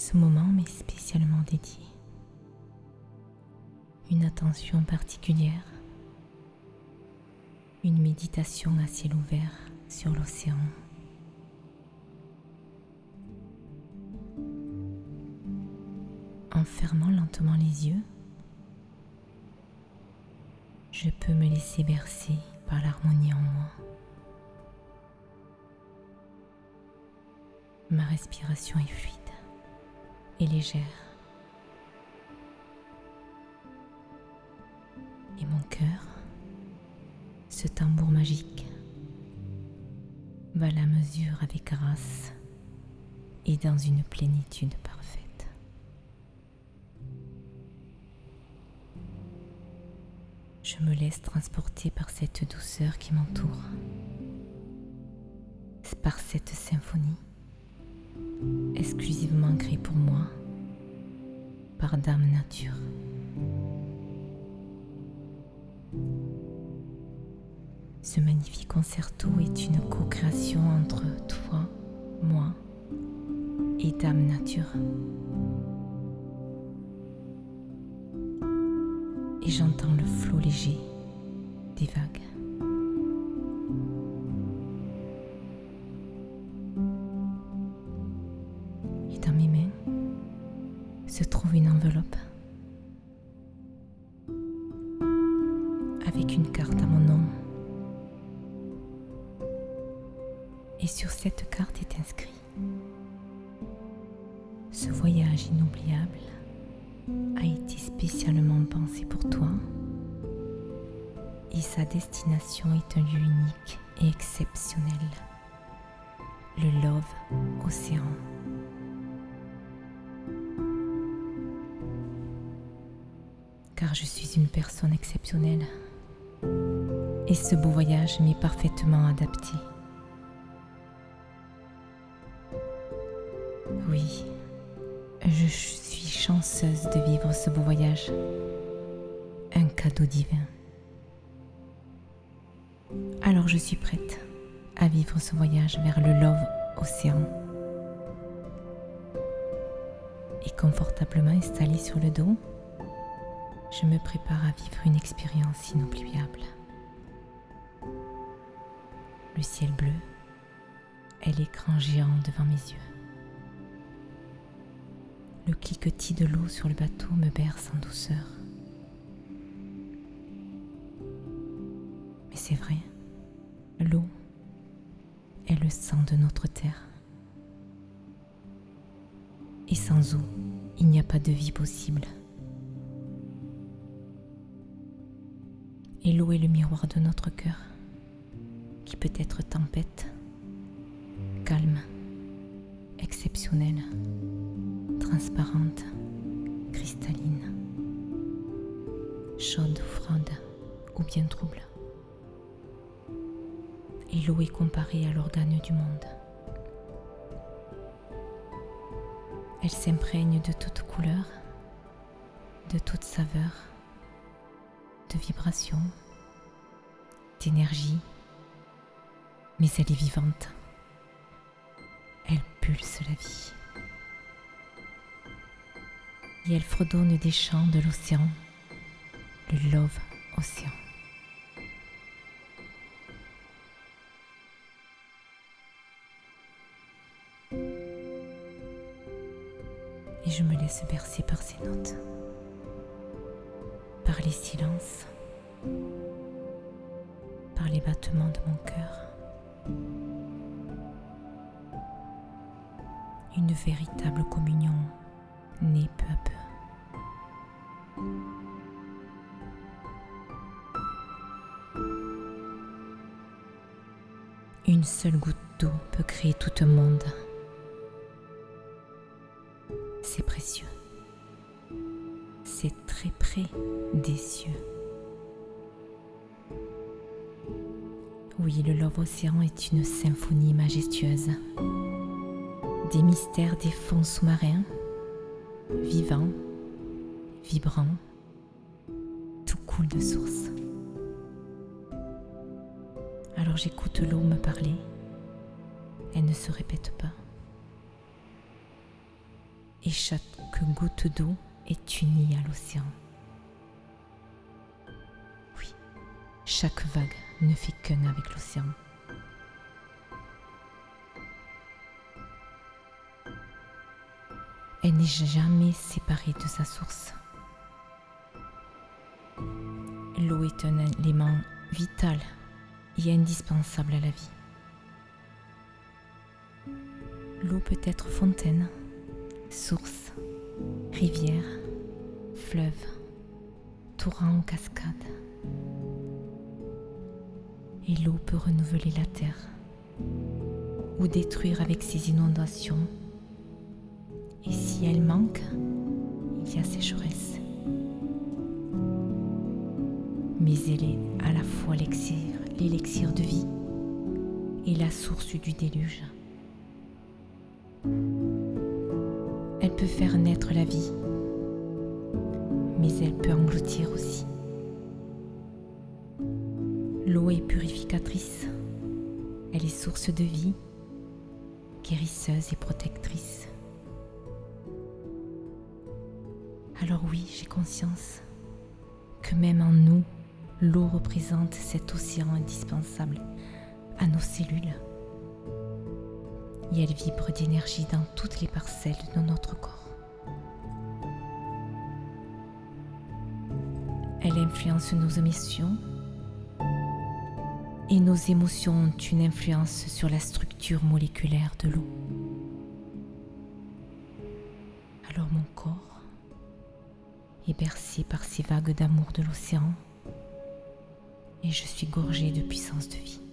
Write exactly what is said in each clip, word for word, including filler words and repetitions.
Ce moment m'est spécialement dédié. Une attention particulière, une méditation à ciel ouvert sur l'océan. En fermant lentement les yeux, je peux me laisser bercer par l'harmonie en moi. Ma respiration est fluide et légère. Et mon cœur, ce tambour magique, bat la mesure avec grâce et dans une plénitude parfaite. Je me laisse transporter par cette douceur qui m'entoure, par cette symphonie exclusivement créée pour moi par Dame Nature. Ce magnifique concerto est une co-création entre toi, moi et Dame Nature. Et j'entends le flot léger des vagues. Et dans mes mains se trouve une enveloppe avec une carte à mon nom. Et sur cette carte est inscrit: ce voyage inoubliable a été spécialement pensé pour toi et sa destination est un lieu unique et exceptionnel, le Love Océan. Car je suis une personne exceptionnelle et ce beau voyage m'est parfaitement adapté. Oui, je suis chanceuse de vivre ce beau voyage, un cadeau divin. Alors je suis prête à vivre ce voyage vers le Love Océan. Et confortablement installée sur le dos, je me prépare à vivre une expérience inoubliable. Le ciel bleu est l'écran géant devant mes yeux. Le cliquetis de l'eau sur le bateau me berce en douceur. Mais c'est vrai, l'eau est le sang de notre terre. Et sans eau, il n'y a pas de vie possible. Et l'eau est le miroir de notre cœur, qui peut être tempête, calme, exceptionnelle, transparente, cristalline, chaude ou froide, ou bien trouble. Et l'eau est comparée à l'organe du monde. Elle s'imprègne de toutes couleurs, de toutes saveurs, de vibrations, d'énergie, mais elle est vivante. Elle pulse la vie. Et elle fredonne des chants de l'océan, le Love Océan. Et je me laisse bercer par ces notes, par les silences, par les battements de mon cœur. Une véritable communion naît peu à peu. Une seule goutte d'eau peut créer tout un monde. C'est précieux. C'est très près des cieux. Oui, le Love Océan est une symphonie majestueuse. Des mystères des fonds sous-marins, vivants, vibrants, tout coule de source. Alors j'écoute l'eau me parler. Elle ne se répète pas. et chaque goutte d'eau est unie à l'océan. Oui, chaque vague ne fait qu'un avec l'océan. Elle n'est jamais séparée de sa source. L'eau est un élément vital et indispensable à la vie. L'eau peut être fontaine, source, rivière, fleuve, torrent ou cascade. Et l'eau peut renouveler la terre ou détruire avec ses inondations. Et si elle manque, il y a sécheresse. Mais elle est à la fois l'élixir, l'élixir de vie et la source du déluge. Elle peut faire naître la vie, mais elle peut engloutir aussi. L'eau est purificatrice, elle est source de vie, guérisseuse et protectrice. Alors oui, j'ai conscience que même en nous, l'eau représente cet océan indispensable à nos cellules. Et elle vibre d'énergie dans toutes les parcelles de notre corps. Elle influence nos émotions et nos émotions ont une influence sur la structure moléculaire de l'eau. Alors mon corps est bercé par ces vagues d'amour de l'océan et je suis gorgée de puissance de vie.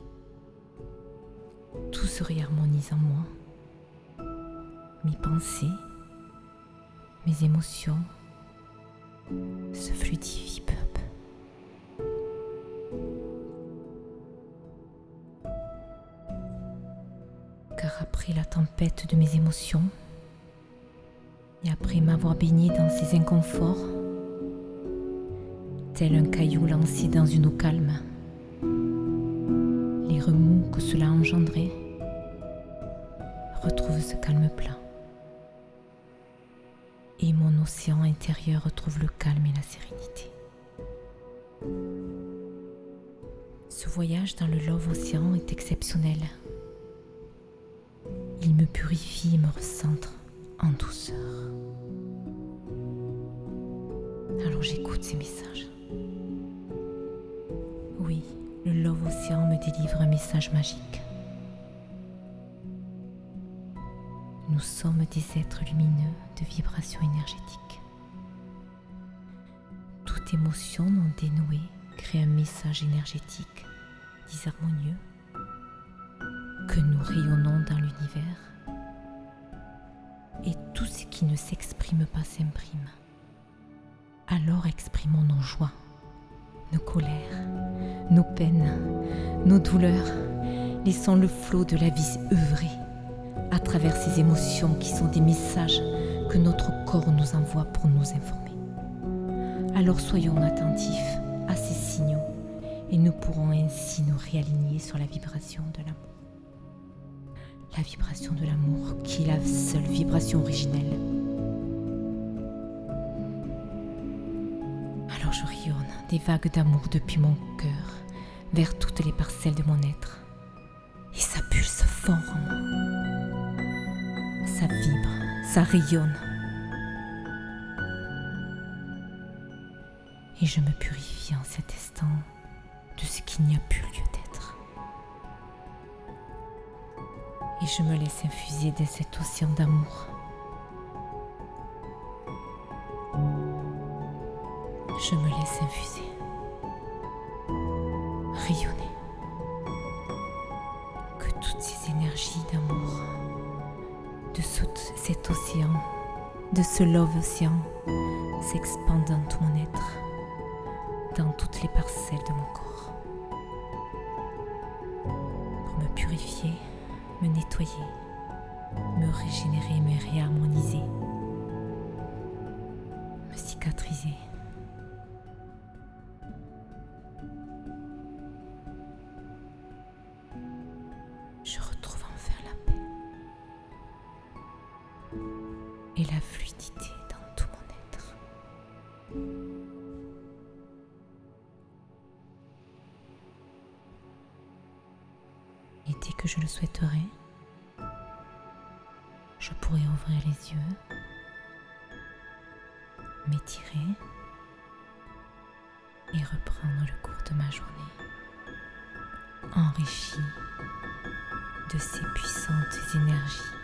Tout se réharmonise en moi, mes pensées, mes émotions se fluidifient peu à peu. Car après la tempête de mes émotions, et après m'avoir baigné dans ces inconforts, tel un caillou lancé dans une eau calme, les remous que cela a engendré retrouvent ce calme plein. Et mon océan intérieur retrouve le calme et la sérénité. Ce voyage dans le Love Océan est exceptionnel. Il me purifie et me recentre en douceur. Alors j'écoute ces messages. Oui, le Love Océan me délivre un message magique. Nous sommes des êtres lumineux de vibration énergétique. Toute émotion non dénouée crée un message énergétique disharmonieux que nous rayonnons dans l'univers. Et tout ce qui ne s'exprime pas s'imprime. Alors exprimons nos joies, nos colères, nos peines, nos douleurs. Laissons le flot de la vie œuvrer à travers ces émotions qui sont des messages que notre corps nous envoie pour nous informer. Alors soyons attentifs à ces signaux et nous pourrons ainsi nous réaligner sur la vibration de l'amour. La vibration de l'amour qui est la seule vibration originelle. Alors je rayonne des vagues d'amour depuis mon cœur vers toutes les parcelles de mon être. Et ça pulse fort en moi. Ça vibre, ça rayonne. Et je me purifie en cet instant de ce qu'il n'y a plus lieu d'être. Et je me laisse infuser de cet océan d'amour. Je me laisse infuser, rayonner. Que toutes ces énergies d'amour, de ce, cet océan, de ce love océan, s'expandent dans tout mon être, dans toutes les parcelles de mon corps. Pour me purifier, me nettoyer, me régénérer, me réharmoniser, me cicatriser. Je retrouve enfin la paix. Et et la fluidité dans tout mon être. Et dès que je le souhaiterai, je pourrai ouvrir les yeux, m'étirer et reprendre le cours de ma journée, enrichi de ces puissantes énergies.